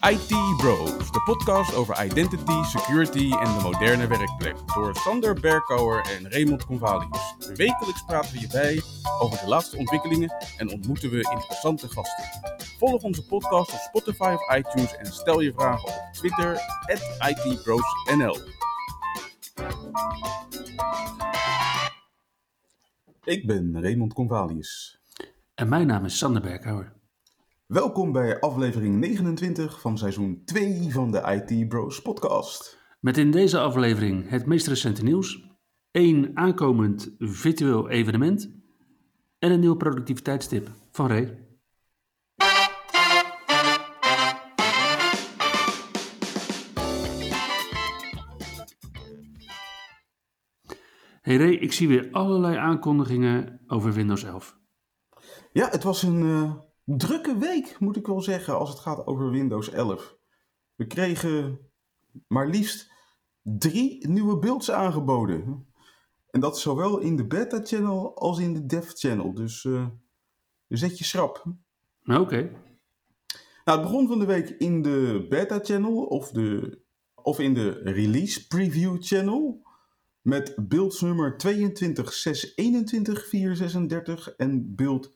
IT Bros, de podcast over identity, security en de moderne werkplek. Door Sander Berkouwer en Raymond Convalius. Wekelijks praten we je bij over de laatste ontwikkelingen en ontmoeten we interessante gasten. Volg onze podcast op Spotify of iTunes en stel je vragen op Twitter @ITBrosNL. Ik ben Raymond Convalius. En mijn naam is Sander Berkouwer. Welkom bij aflevering 29 van seizoen 2 van de IT Bros podcast. Met in deze aflevering het meest recente nieuws, 1 aankomend virtueel evenement en een nieuwe productiviteitstip van Ray. Hey Ray, ik zie weer allerlei aankondigingen over Windows 11. Ja, het was een drukke week, moet ik wel zeggen, als het gaat over Windows 11. We kregen maar liefst 3 nieuwe builds aangeboden. En dat zowel in de beta-channel als in de dev-channel. Dus zet je schrap. Oké. Nou, het begon van de week in de beta-channel of in de release preview channel. Met builds nummer 22.621.436 en build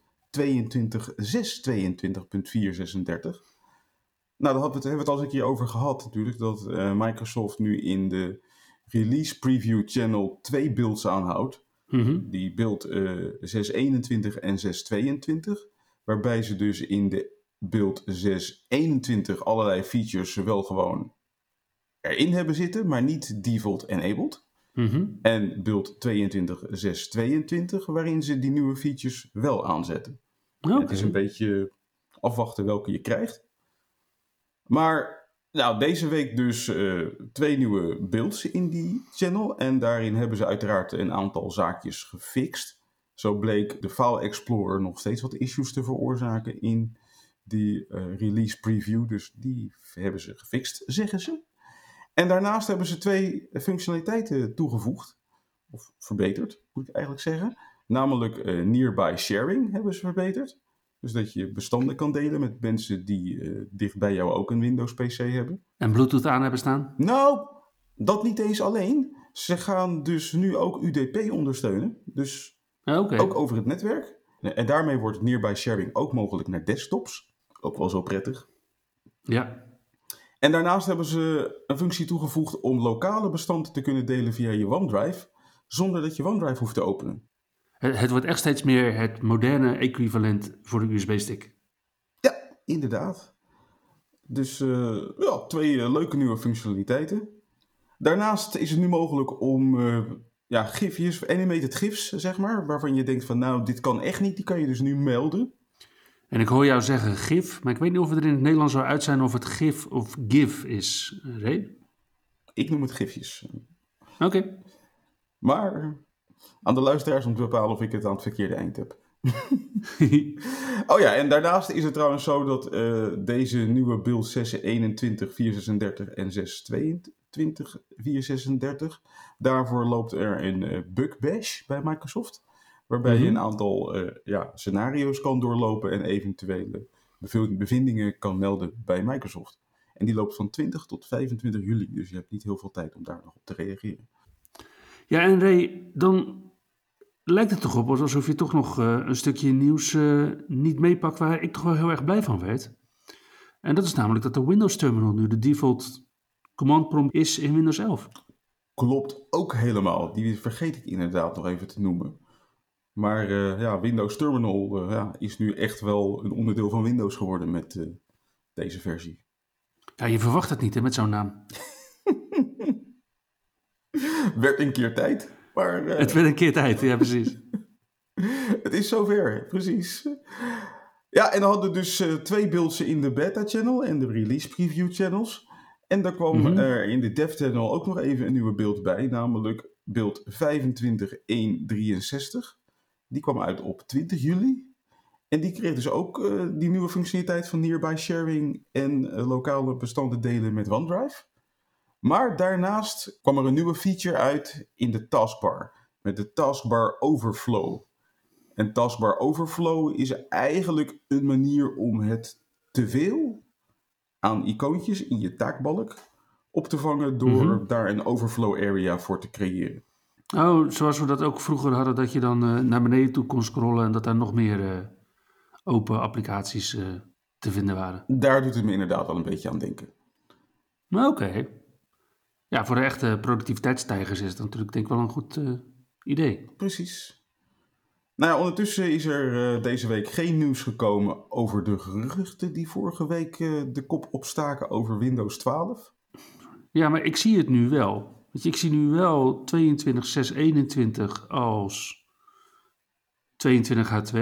22.622.436. Nou, daar hebben we het al eens een keer over gehad natuurlijk. Dat Microsoft nu in de release preview channel 2 builds aanhoudt. Mm-hmm. Die build 621 en 622. Waarbij ze dus in de build 621 allerlei features wel gewoon erin hebben zitten, maar niet default enabled. Mm-hmm. En build 22.622, waarin ze die nieuwe features wel aanzetten. Okay. Het is een beetje afwachten welke je krijgt. Maar nou, deze week dus 2 nieuwe builds in die channel. En daarin hebben ze uiteraard een aantal zaakjes gefixt. Zo bleek de File Explorer nog steeds wat issues te veroorzaken in die release preview. Dus die hebben ze gefixt, zeggen ze. En daarnaast hebben ze 2 functionaliteiten toegevoegd, of verbeterd, moet ik eigenlijk zeggen. Namelijk Nearby Sharing hebben ze verbeterd. Dus dat je bestanden kan delen met mensen die dicht bij jou ook een Windows PC hebben. En Bluetooth aan hebben staan? Nou, dat niet eens alleen. Ze gaan dus nu ook UDP ondersteunen. Dus ook over het netwerk. En daarmee wordt Nearby Sharing ook mogelijk naar desktops. Ook wel zo prettig. Ja. En daarnaast hebben ze een functie toegevoegd om lokale bestanden te kunnen delen via je OneDrive, zonder dat je OneDrive hoeft te openen. Het wordt echt steeds meer het moderne equivalent voor de USB-stick. Ja, inderdaad. Dus 2 leuke nieuwe functionaliteiten. Daarnaast is het nu mogelijk om gifjes, animated gifs, zeg maar, waarvan je denkt van nou, dit kan echt niet, die kan je dus nu melden. En ik hoor jou zeggen gif, maar ik weet niet of het er in het Nederlands zou uit zijn of het gif of gif is. Ray? Ik noem het gifjes. Oké. Maar aan de luisteraars om te bepalen of ik het aan het verkeerde eind heb. Oh ja, en daarnaast is het trouwens zo dat deze nieuwe build 621, 436 en 622, 436, daarvoor loopt er een bug bash bij Microsoft. Waarbij je een aantal scenario's kan doorlopen en eventuele bevindingen kan melden bij Microsoft. En die loopt van 20 tot 25 juli, dus je hebt niet heel veel tijd om daar nog op te reageren. Ja, en Ray, dan lijkt het toch op alsof je toch nog een stukje nieuws niet meepakt waar ik toch wel heel erg blij van werd. En dat is namelijk dat de Windows Terminal nu de default command prompt is in Windows 11. Klopt ook helemaal. Die vergeet ik inderdaad nog even te noemen. Maar Windows Terminal is nu echt wel een onderdeel van Windows geworden met deze versie. Ja, je verwacht het niet hè, met zo'n naam. Werd een keer tijd. Maar, het werd een keer tijd, ja precies. Het is zover, precies. Ja, en dan hadden we dus 2 builds in de beta-channel en de release preview channels. En daar kwam er in de dev-channel ook nog even een nieuwe build bij, namelijk build 25.1.63. Die kwam uit op 20 juli. En die kreeg dus ook die nieuwe functionaliteit van Nearby Sharing en lokale bestanden delen met OneDrive. Maar daarnaast kwam er een nieuwe feature uit in de taskbar, met de taskbar overflow. En taskbar overflow is eigenlijk een manier om het te veel aan icoontjes in je taakbalk op te vangen door daar een overflow area voor te creëren. Oh, zoals we dat ook vroeger hadden, dat je dan naar beneden toe kon scrollen en dat daar nog meer open applicaties te vinden waren. Daar doet het me inderdaad wel een beetje aan denken. Oké. Ja, voor de echte productiviteitstijgers is het natuurlijk denk ik wel een goed idee. Precies. Nou ja, ondertussen is er deze week geen nieuws gekomen over de geruchten die vorige week de kop opstaken over Windows 12. Ja, maar ik zie het nu wel. Weet je, ik zie nu wel 22.6.21 als 22H2.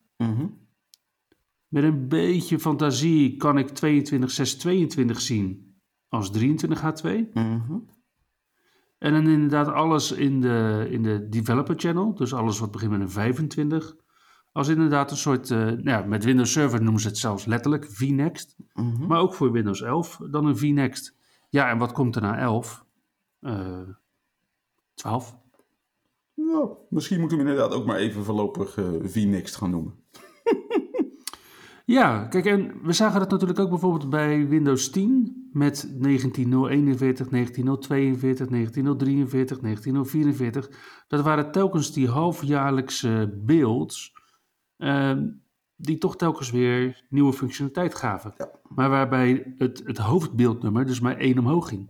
Met een beetje fantasie kan ik 22.6.22 zien als 23H2. En dan inderdaad alles in de developer channel. Dus alles wat begint met een 25. Als inderdaad een soort, met Windows Server noemen ze het zelfs letterlijk vNext. Maar ook voor Windows 11 dan een vNext. Ja, en wat komt er na 11? 12. Nou, misschien moeten we inderdaad ook maar even voorlopig vNext gaan noemen. Ja, kijk, en we zagen dat natuurlijk ook bijvoorbeeld bij Windows 10 met 19.041, 19.042, 19.043, 19.044. Dat waren telkens die halfjaarlijkse builds die toch telkens weer nieuwe functionaliteit gaven. Ja. Maar waarbij het hoofdbeeldnummer dus maar 1 omhoog ging.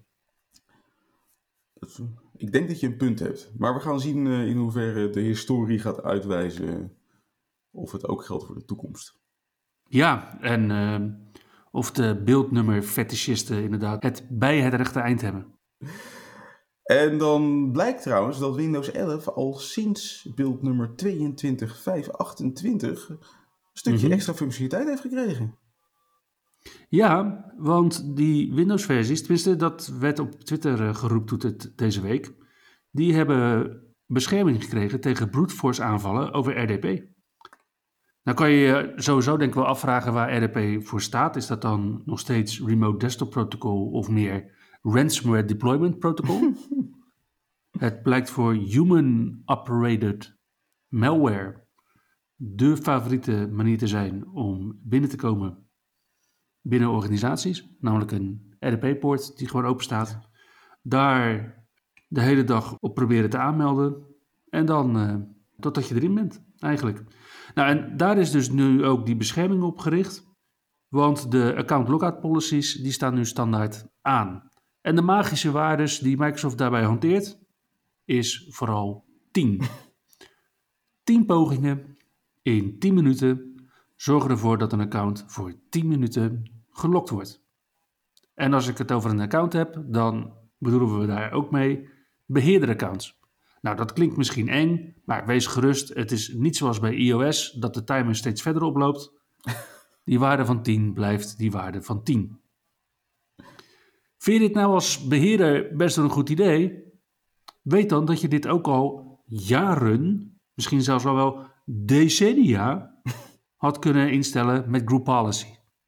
Ik denk dat je een punt hebt. Maar we gaan zien in hoeverre de historie gaat uitwijzen of het ook geldt voor de toekomst. Ja, en of de beeldnummer fetischisten inderdaad het bij het rechte eind hebben. En dan blijkt trouwens dat Windows 11 al sinds beeldnummer 22.528 een stukje extra functionaliteit heeft gekregen. Ja, want die Windows-versies, tenminste dat werd op Twitter geroept deze week, die hebben bescherming gekregen tegen brute force aanvallen over RDP. Nou kan je je sowieso denk ik wel afvragen waar RDP voor staat. Is dat dan nog steeds Remote Desktop Protocol of meer Ransomware Deployment Protocol? Het blijkt voor Human Operated Malware de favoriete manier te zijn om binnen te komen binnen organisaties. Namelijk een RDP-poort die gewoon open staat. Daar de hele dag op proberen te aanmelden. En dan totdat je erin bent eigenlijk. Nou, en daar is dus nu ook die bescherming op gericht. Want de account logout policies die staan nu standaard aan. En de magische waardes die Microsoft daarbij hanteert is vooral 10. 10 pogingen in 10 minuten zorgen ervoor dat een account voor 10 minuten gelokt wordt. En als ik het over een account heb, dan bedoelen we daar ook mee beheerderaccounts. Nou, dat klinkt misschien eng, maar wees gerust. Het is niet zoals bij iOS dat de timer steeds verder oploopt. Die waarde van 10 blijft die waarde van 10. Vind je dit nou als beheerder best wel een goed idee? Weet dan dat je dit ook al jaren, misschien zelfs wel decennia, had kunnen instellen met Group Policy.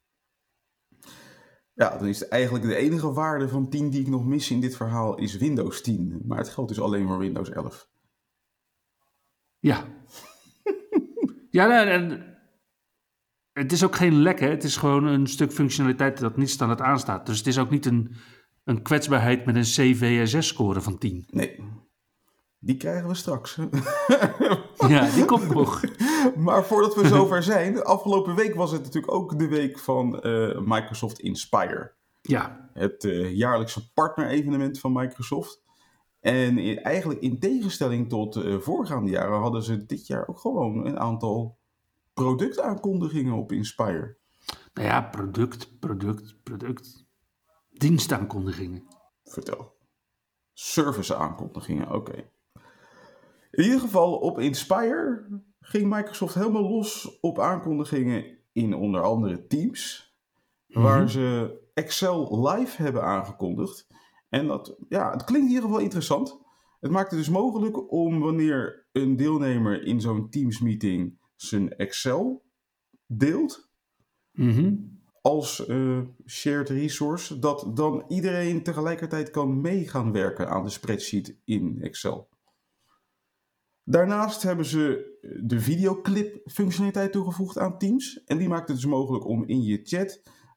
Ja, dan is het eigenlijk de enige waarde van 10 die ik nog mis in dit verhaal is Windows 10. Maar het geldt dus alleen voor Windows 11. Ja. Ja, en het is ook geen lek, hè? Het is gewoon een stuk functionaliteit dat niet standaard aanstaat. Dus het is ook niet een kwetsbaarheid met een CVSS-score van 10. Nee, die krijgen we straks. Ja, die komt nog. Maar voordat we zover zijn, afgelopen week was het natuurlijk ook de week van Microsoft Inspire. Ja. Het jaarlijkse partner-evenement van Microsoft. En eigenlijk in tegenstelling tot voorgaande jaren hadden ze dit jaar ook gewoon een aantal productaankondigingen op Inspire. Nou ja, product. Dienstaankondigingen. Vertel. Serviceaankondigingen, oké. In ieder geval op Inspire ging Microsoft helemaal los op aankondigingen in onder andere Teams. Waar ze Excel Live hebben aangekondigd. En dat, ja, het klinkt in ieder geval interessant. Het maakt het dus mogelijk om wanneer een deelnemer in zo'n Teams meeting zijn Excel deelt. Als shared resource, dat dan iedereen tegelijkertijd kan mee gaan werken aan de spreadsheet in Excel. Daarnaast hebben ze de videoclip functionaliteit toegevoegd aan Teams. En die maakt het dus mogelijk om in je chat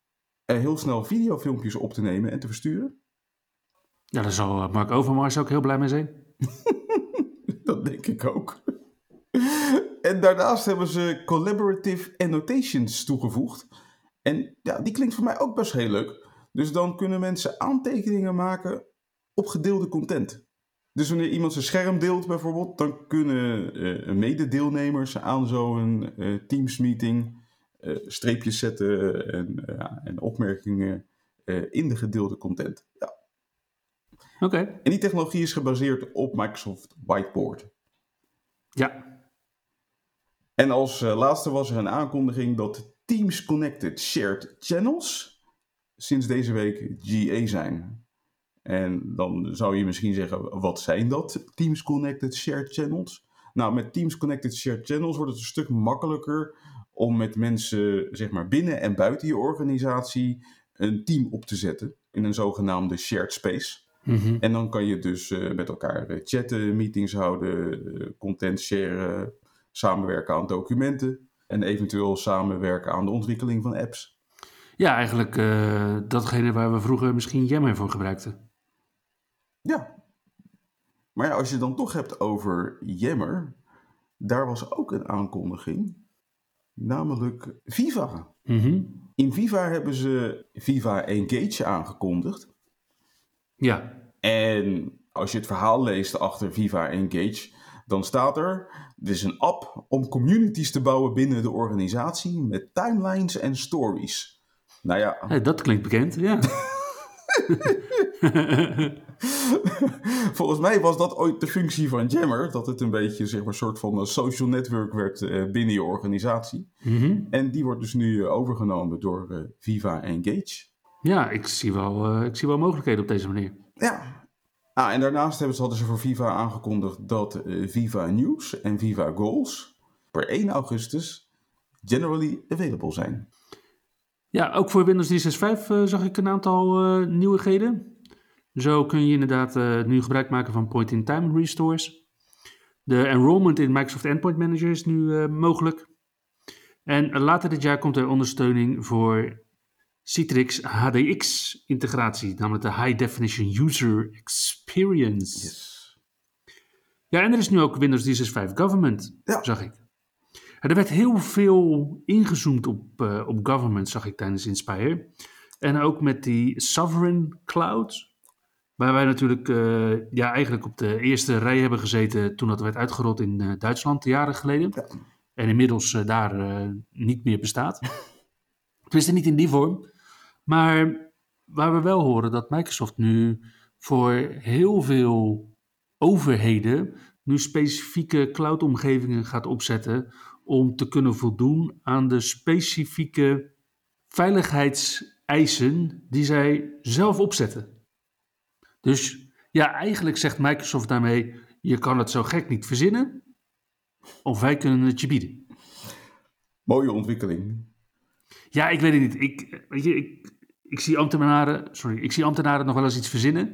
heel snel videofilmpjes op te nemen en te versturen. Ja, daar zal Mark Overmars ook heel blij mee zijn. Dat denk ik ook. En daarnaast hebben ze collaborative annotations toegevoegd. En ja, die klinkt voor mij ook best heel leuk. Dus dan kunnen mensen aantekeningen maken op gedeelde content. Dus wanneer iemand zijn scherm deelt bijvoorbeeld, dan kunnen mededeelnemers aan zo'n Teams-meeting streepjes zetten en opmerkingen in de gedeelde content. Ja. Oké. En die technologie is gebaseerd op Microsoft Whiteboard. Ja. En als laatste was er een aankondiging dat Teams Connected Shared Channels sinds deze week GA zijn. En dan zou je misschien zeggen, wat zijn dat, Teams Connected Shared Channels? Nou, met Teams Connected Shared Channels wordt het een stuk makkelijker om met mensen, zeg maar, binnen en buiten je organisatie een team op te zetten in een zogenaamde shared space. Mhm. En dan kan je dus met elkaar chatten, meetings houden, content sharen, samenwerken aan documenten en eventueel samenwerken aan de ontwikkeling van apps. Ja, eigenlijk datgene waar we vroeger misschien Yammer voor gebruikten. Ja. Maar ja, als je het dan toch hebt over Yammer, daar was ook een aankondiging, namelijk Viva. Mhm. In Viva hebben ze Viva Engage aangekondigd. Ja. En als je het verhaal leest achter Viva Engage, dan staat er: dit is een app om communities te bouwen binnen de organisatie met timelines en stories. Nou ja. Hey, dat klinkt bekend, ja. Volgens mij was dat ooit de functie van Yammer, dat het een beetje, zeg maar, een soort van social network werd binnen je organisatie. Mhm. En die wordt dus nu overgenomen door Viva Engage. Ja, ik zie wel mogelijkheden op deze manier. Ja. En daarnaast hadden ze voor Viva aangekondigd dat Viva News en Viva Goals per 1 augustus generally available zijn. Ja, ook voor Windows 365 zag ik een aantal nieuwigheden. Zo kun je inderdaad nu gebruik maken van point-in-time restores. De enrollment in Microsoft Endpoint Manager is nu mogelijk. En later dit jaar komt er ondersteuning voor Citrix HDX integratie, namelijk de High Definition User Experience. Yes. Ja, en er is nu ook Windows 365 Government, Ja. zag ik. Er werd heel veel ingezoomd op government, zag ik tijdens Inspire. En ook met die Sovereign Cloud, waar wij natuurlijk eigenlijk op de eerste rij hebben gezeten toen dat werd uitgerold in Duitsland, jaren geleden. Ja. En inmiddels daar niet meer bestaat. Tenminste niet in die vorm. Maar waar we wel horen dat Microsoft nu voor heel veel overheden nu specifieke cloud-omgevingen gaat opzetten om te kunnen voldoen aan de specifieke veiligheidseisen die zij zelf opzetten. Dus ja, eigenlijk zegt Microsoft daarmee, je kan het zo gek niet verzinnen, of wij kunnen het je bieden. Mooie ontwikkeling. Ja, ik weet het niet. Ik zie ambtenaren nog wel eens iets verzinnen.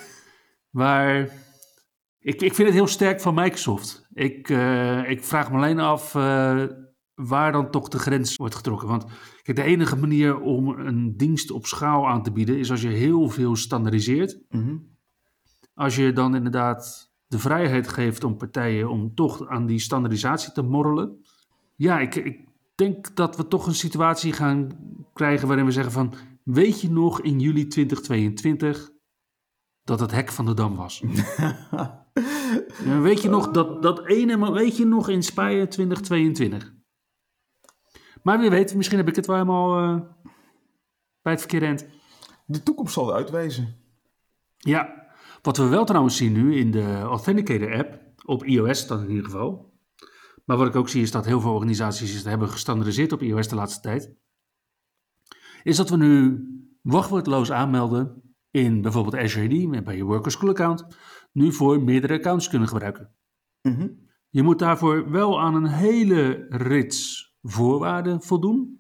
Maar ik vind het heel sterk van Microsoft. Ik vraag me alleen af waar dan toch de grens wordt getrokken. Want kijk, de enige manier om een dienst op schaal aan te bieden is als je heel veel standaardiseert. Mm-hmm. Als je dan inderdaad de vrijheid geeft om partijen om toch aan die standaardisatie te morrelen. Ja, ik denk dat we toch een situatie gaan krijgen waarin we zeggen van, weet je nog in juli 2022 dat het hek van de Dam was? Weet je nog weet je nog in Spanje 2022? Maar wie weet, misschien heb ik het wel helemaal bij het verkeerde eind. De toekomst zal het uitwijzen. Ja, wat we wel trouwens zien nu in de Authenticator app, op iOS dan in ieder geval. Maar wat ik ook zie is dat heel veel organisaties het hebben gestandaardiseerd op iOS de laatste tijd. Is dat we nu wachtwoordloos aanmelden in bijvoorbeeld Azure AD, bij je Worker School account, nu voor meerdere accounts kunnen gebruiken. Mm-hmm. Je moet daarvoor wel aan een hele rits voorwaarden voldoen.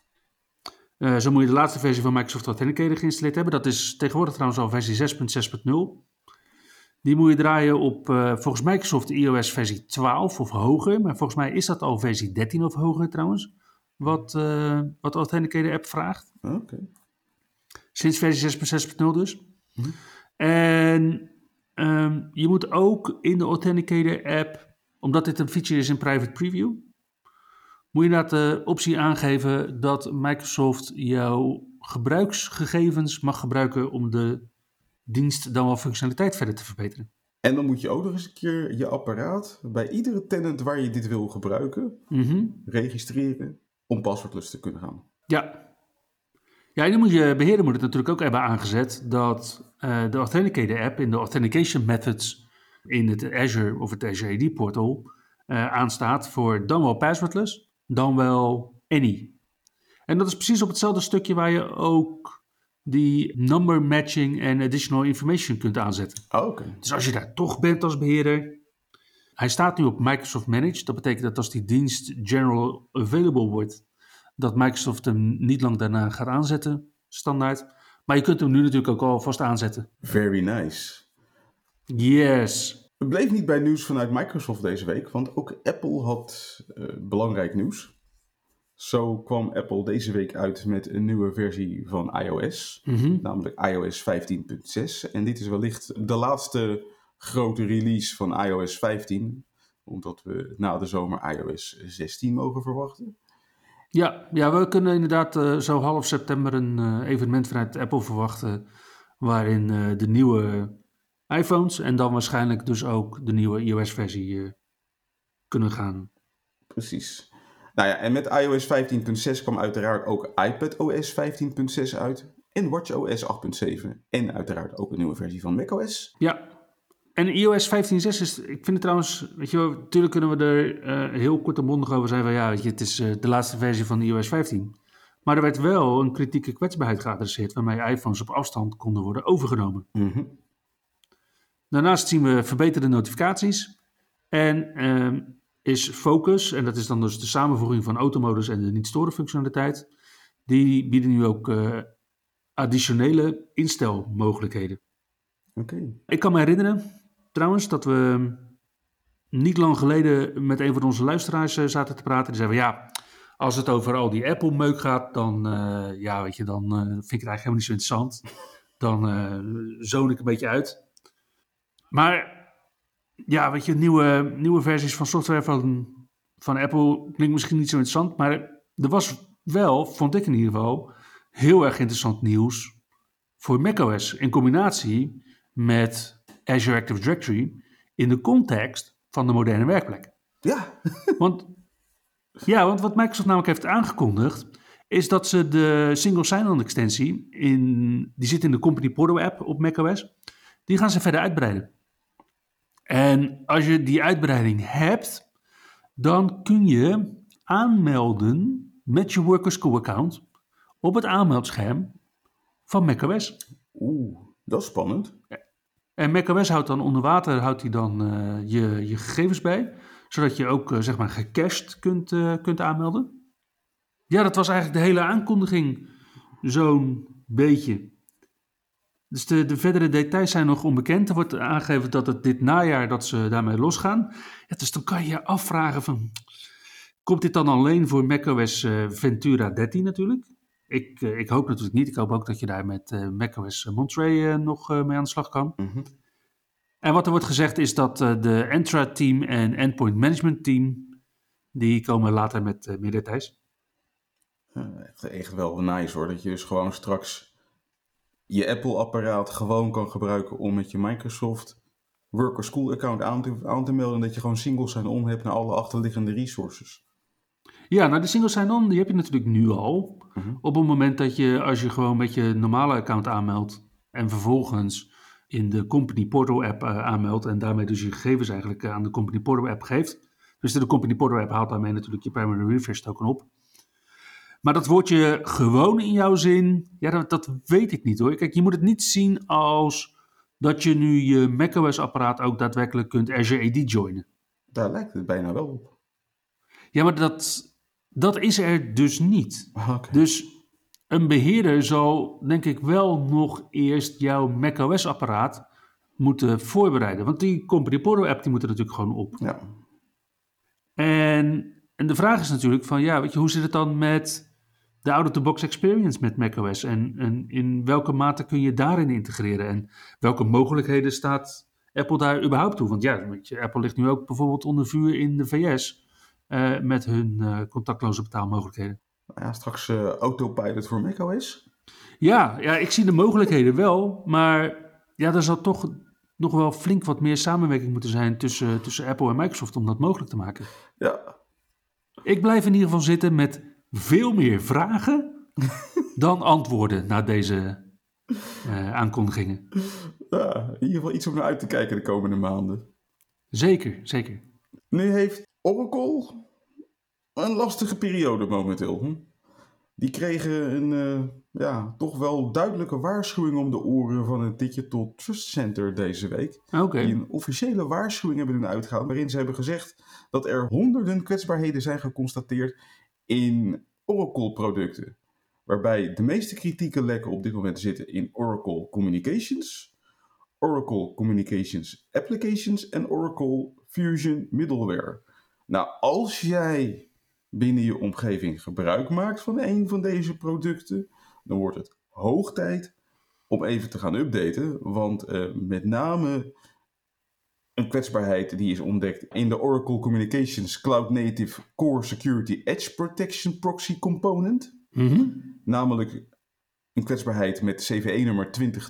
Zo moet je de laatste versie van Microsoft Authenticator geïnstalleerd hebben. Dat is tegenwoordig trouwens al versie 6.6.0. Die moet je draaien op volgens Microsoft iOS versie 12 of hoger. Maar volgens mij is dat al versie 13 of hoger trouwens. Wat Authenticator app vraagt. Okay. Sinds versie 6.6.0 dus. Mhm. En je moet ook in de Authenticator app, omdat dit een feature is in private preview, moet je inderdaad de optie aangeven dat Microsoft jouw gebruiksgegevens mag gebruiken om de dienst dan wel functionaliteit verder te verbeteren. En dan moet je ook nog eens een keer je apparaat bij iedere tenant waar je dit wil gebruiken registreren om passwordless te kunnen gaan. Ja. Ja, en dan moet je beheerder moet het natuurlijk ook hebben aangezet dat de Authenticator app in de authentication methods in het Azure of het Azure AD portal aanstaat voor dan wel passwordless, dan wel any. En dat is precies op hetzelfde stukje waar je ook die number matching en additional information kunt aanzetten. Oh, oké. Dus als je daar toch bent als beheerder, hij staat nu op Microsoft Managed. Dat betekent dat als die dienst general available wordt, dat Microsoft hem niet lang daarna gaat aanzetten, standaard. Maar je kunt hem nu natuurlijk ook alvast aanzetten. Very nice. Yes. Het bleef niet bij nieuws vanuit Microsoft deze week, want ook Apple had belangrijk nieuws. Zo kwam Apple deze week uit met een nieuwe versie van iOS, namelijk iOS 15.6. En dit is wellicht de laatste grote release van iOS 15, omdat we na de zomer iOS 16 mogen verwachten. Ja, we kunnen inderdaad zo half september een evenement vanuit Apple verwachten, waarin de nieuwe iPhones en dan waarschijnlijk dus ook de nieuwe iOS-versie kunnen gaan. Precies. Nou ja, en met iOS 15.6 kwam uiteraard ook iPadOS 15.6 uit en watchOS 8.7 en uiteraard ook een nieuwe versie van macOS. Ja, en iOS 15.6 is, ik vind het trouwens, weet je wel, natuurlijk kunnen we er heel kort en bondig over zijn van ja, weet je, het is de laatste versie van iOS 15. Maar er werd wel een kritieke kwetsbaarheid geadresseerd waarmee iPhones op afstand konden worden overgenomen. Daarnaast zien we verbeterde notificaties en is Focus, en dat is dan dus de samenvoeging van automodus en de niet-storen functionaliteit, die bieden nu ook additionele instelmogelijkheden. Oké. Ik kan me herinneren, trouwens, dat we niet lang geleden met een van onze luisteraars zaten te praten. Die zeiden ja, als het over al die Apple-meuk gaat, dan, weet je, dan vind ik het eigenlijk helemaal niet zo interessant. Dan zoon ik een beetje uit. Maar ja, weet je, nieuwe versies van software van Apple klinkt misschien niet zo interessant. Maar er was wel, vond ik in ieder geval, heel erg interessant nieuws voor macOS in combinatie met Azure Active Directory in de context van de moderne werkplek. Ja. Want wat Microsoft namelijk heeft aangekondigd, is dat ze de single sign-on extensie, die zit in de Company Portal app op macOS, die gaan ze verder uitbreiden. En als je die uitbreiding hebt, dan kun je aanmelden met je Workers Co account op het aanmeldscherm van macOS. Dat is spannend. En macOS houdt dan onder water je gegevens bij, zodat je ook zeg maar gecached kunt aanmelden. Ja, dat was eigenlijk de hele aankondiging zo'n beetje. Dus de verdere details zijn nog onbekend. Er wordt aangegeven dat het dit najaar dat ze daarmee losgaan. Ja, dus dan kan je je afvragen van, komt dit dan alleen voor macOS Ventura 13 natuurlijk? Ik hoop natuurlijk niet. Ik hoop ook dat je daar met macOS Monterey nog mee aan de slag kan. En wat er wordt gezegd is dat de Entra team en Endpoint Management team, die komen later met meer details. Echt wel nice hoor, dat je dus gewoon straks je Apple-apparaat gewoon kan gebruiken om met je Microsoft Worker School account aan te melden. En dat je gewoon single sign-on hebt naar alle achterliggende resources. Ja, nou de single sign-on die heb je natuurlijk nu al. Op het moment dat als je gewoon met je normale account aanmeldt en vervolgens in de Company Portal app aanmeldt en daarmee dus je gegevens eigenlijk aan de Company Portal app geeft. Dus de Company Portal app haalt daarmee natuurlijk je primary refresh token op. Maar dat woordje gewoon in jouw zin, ja, dat weet ik niet hoor. Kijk, je moet het niet zien als dat je nu je macOS-apparaat ook daadwerkelijk kunt Azure AD joinen. Daar lijkt het bijna wel op. Ja, maar dat is er dus niet. Okay. Dus een beheerder zal denk ik wel nog eerst jouw macOS-apparaat moeten voorbereiden. Want die Company Portal app die moet er natuurlijk gewoon op. Ja. En de vraag is natuurlijk van, ja, weet je, hoe zit het dan met de out-of-the-box experience met macOS. En in welke mate kun je daarin integreren? En welke mogelijkheden staat Apple daar überhaupt toe? Want ja, weet je, Apple ligt nu ook bijvoorbeeld onder vuur in de VS met hun contactloze betaalmogelijkheden. Ja, straks autopilot voor macOS. Ja, ik zie de mogelijkheden wel, maar ja, er zal toch nog wel flink wat meer samenwerking moeten zijn tussen Apple en Microsoft om dat mogelijk te maken. Ja. Ik blijf in ieder geval zitten met veel meer vragen dan antwoorden na deze aankondigingen. Ja, in ieder geval iets om naar uit te kijken de komende maanden. Zeker, zeker. Nu heeft Oracle een lastige periode momenteel. Die kregen een toch wel duidelijke waarschuwing om de oren van het Digital Trust Center deze week. Oké. Die een officiële waarschuwing hebben doen uitgaan, waarin ze hebben gezegd dat er honderden kwetsbaarheden zijn geconstateerd in Oracle-producten. Waarbij de meeste kritieke lekken op dit moment zitten in Oracle Communications, Oracle Communications Applications en Oracle Fusion Middleware. Nou, als jij binnen je omgeving gebruik maakt van een van deze producten, dan wordt het hoog tijd om even te gaan updaten. Want met name een kwetsbaarheid die is ontdekt in de Oracle Communications Cloud Native Core Security Edge Protection Proxy Component. Namelijk een kwetsbaarheid met CVE-nummer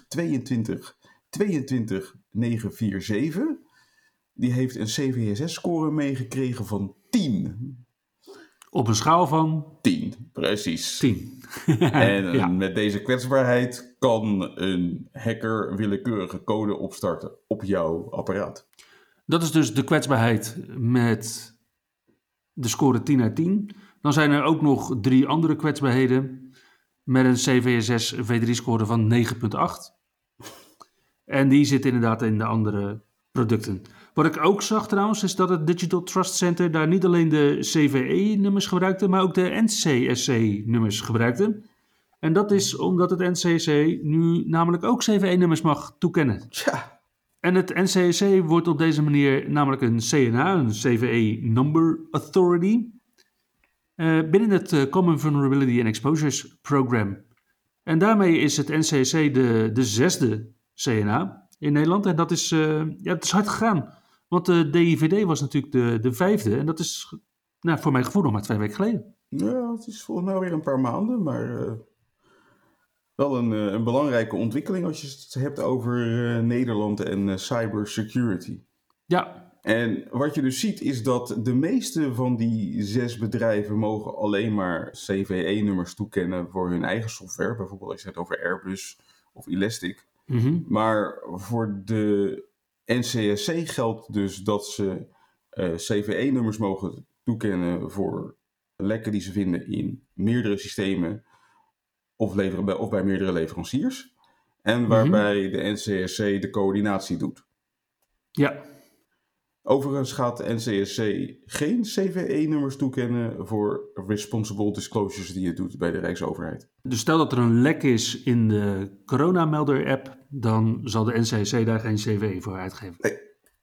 2022-22947. Die heeft een CVSS-score meegekregen van 10. Op een schaal van? 10, precies. 10. En met deze kwetsbaarheid kan een hacker willekeurige code opstarten op jouw apparaat. Dat is dus de kwetsbaarheid met de score 10 uit 10. Dan zijn er ook nog 3 andere kwetsbaarheden met een CVSS V3-score van 9.8. En die zitten inderdaad in de andere producten. Wat ik ook zag trouwens, is dat het Digital Trust Center daar niet alleen de CVE-nummers gebruikte, maar ook de NCSC-nummers gebruikte. En dat is omdat het NCSC nu namelijk ook CVE-nummers mag toekennen. Tja. En het NCSC wordt op deze manier namelijk een CNA, een CVE Number Authority, binnen het Common Vulnerability and Exposures Program. En daarmee is het NCSC de 6e CNA in Nederland. En dat is, het is hard gegaan. Want de DIVD was natuurlijk de 5e. En dat is voor mijn gevoel nog maar 2 weken geleden. Ja, het is volgens mij weer een paar maanden. Maar wel een belangrijke ontwikkeling als je het hebt over Nederland en cybersecurity. Ja. En wat je dus ziet is dat de meeste van die 6 bedrijven mogen alleen maar CVE-nummers toekennen voor hun eigen software. Bijvoorbeeld als je het over Airbus of Elastic. Maar voor de NCSC geldt dus dat ze CVE-nummers mogen toekennen voor lekken die ze vinden in meerdere systemen of bij meerdere leveranciers. En waarbij de NCSC de coördinatie doet. Ja. Overigens gaat de NCSC geen CVE-nummers toekennen voor responsible disclosures die je doet bij de Rijksoverheid. Dus stel dat er een lek is in de coronamelder-app, dan zal de NCSC daar geen CVE voor uitgeven. Nee.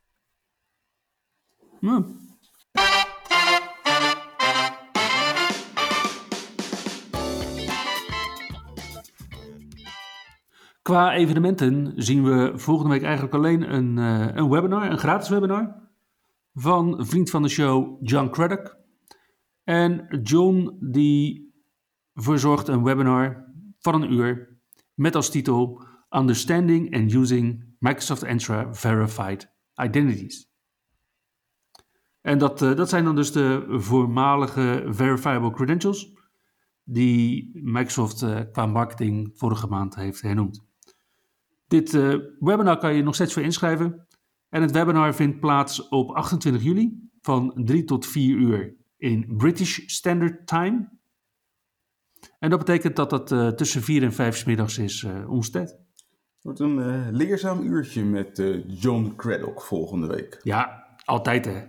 Qua evenementen zien we volgende week eigenlijk alleen een webinar, een gratis webinar, van een vriend van de show, John Craddock. En John die verzorgt een webinar van 1 uur met als titel Understanding and Using Microsoft Entra Verified Identities. En dat zijn dan dus de voormalige verifiable credentials die Microsoft qua marketing vorige maand heeft hernoemd. Dit webinar kan je nog steeds voor inschrijven. En het webinar vindt plaats op 28 juli van 3 tot 4 uur in British Standard Time. En dat betekent dat het tussen 4 en 5 's middags is onze tijd. Het wordt een leerzaam uurtje met John Craddock volgende week. Ja, altijd hè.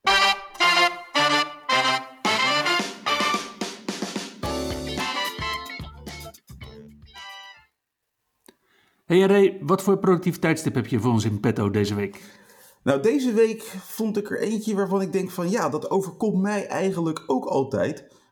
Hey Ray, wat voor productiviteitstip heb je voor ons in petto deze week? Nou, deze week vond ik er eentje waarvan ik denk van ja, dat overkomt mij eigenlijk ook altijd.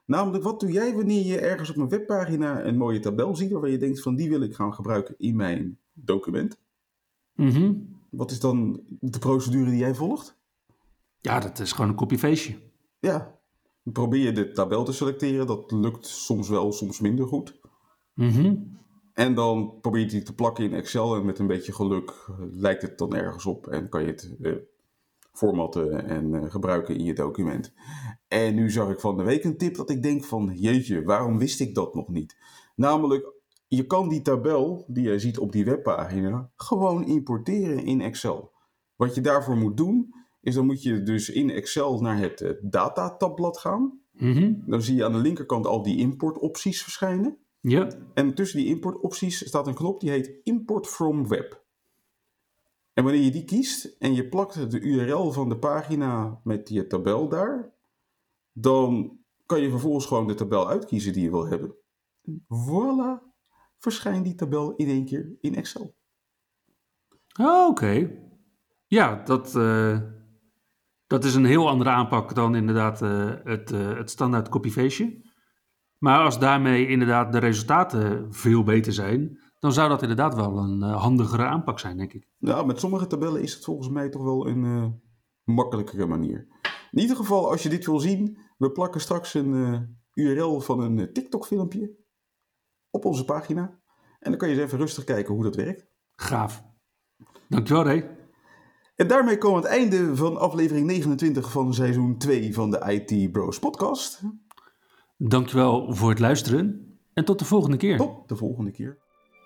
Namelijk, wat doe jij wanneer je ergens op een webpagina een mooie tabel ziet waarvan je denkt van die wil ik gaan gebruiken in mijn document? Mhm. Wat is dan de procedure die jij volgt? Ja, dat is gewoon een copy-pasteje. Ja, dan probeer je de tabel te selecteren. Dat lukt soms wel, soms minder goed. Mhm. En dan probeer je die te plakken in Excel en met een beetje geluk lijkt het dan ergens op en kan je het formatten en gebruiken in je document. En nu zag ik van de week een tip dat ik denk van jeetje, waarom wist ik dat nog niet? Namelijk, je kan die tabel die je ziet op die webpagina gewoon importeren in Excel. Wat je daarvoor moet doen, is dan moet je dus in Excel naar het data-tabblad gaan. Mhm. Dan zie je aan de linkerkant al die importopties verschijnen. Ja. En tussen die importopties staat een knop die heet Import from Web. En wanneer je die kiest en je plakt de URL van de pagina met je tabel daar, dan kan je vervolgens gewoon de tabel uitkiezen die je wil hebben. Voilà, verschijnt die tabel in één keer in Excel. Oh, oké. Ja, dat is een heel andere aanpak dan inderdaad het standaard copy-pasteje. Maar als daarmee inderdaad de resultaten veel beter zijn, dan zou dat inderdaad wel een handigere aanpak zijn, denk ik. Nou, met sommige tabellen is het volgens mij toch wel een makkelijkere manier. In ieder geval, als je dit wil zien, we plakken straks een URL van een TikTok-filmpje op onze pagina. En dan kan je eens even rustig kijken hoe dat werkt. Gaaf. Dankjewel, Ray. En daarmee komen we aan het einde van aflevering 29 van seizoen 2 van de IT Bros podcast. Dankjewel voor het luisteren en tot de volgende keer. Tot de volgende keer.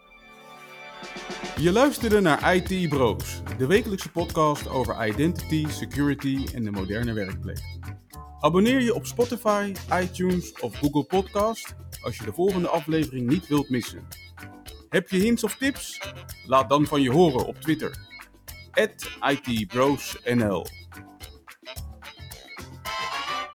Je luisterde naar IT Bros, de wekelijkse podcast over identity, security en de moderne werkplek. Abonneer je op Spotify, iTunes of Google Podcast als je de volgende aflevering niet wilt missen. Heb je hints of tips? Laat dan van je horen op Twitter. @ITBrosNL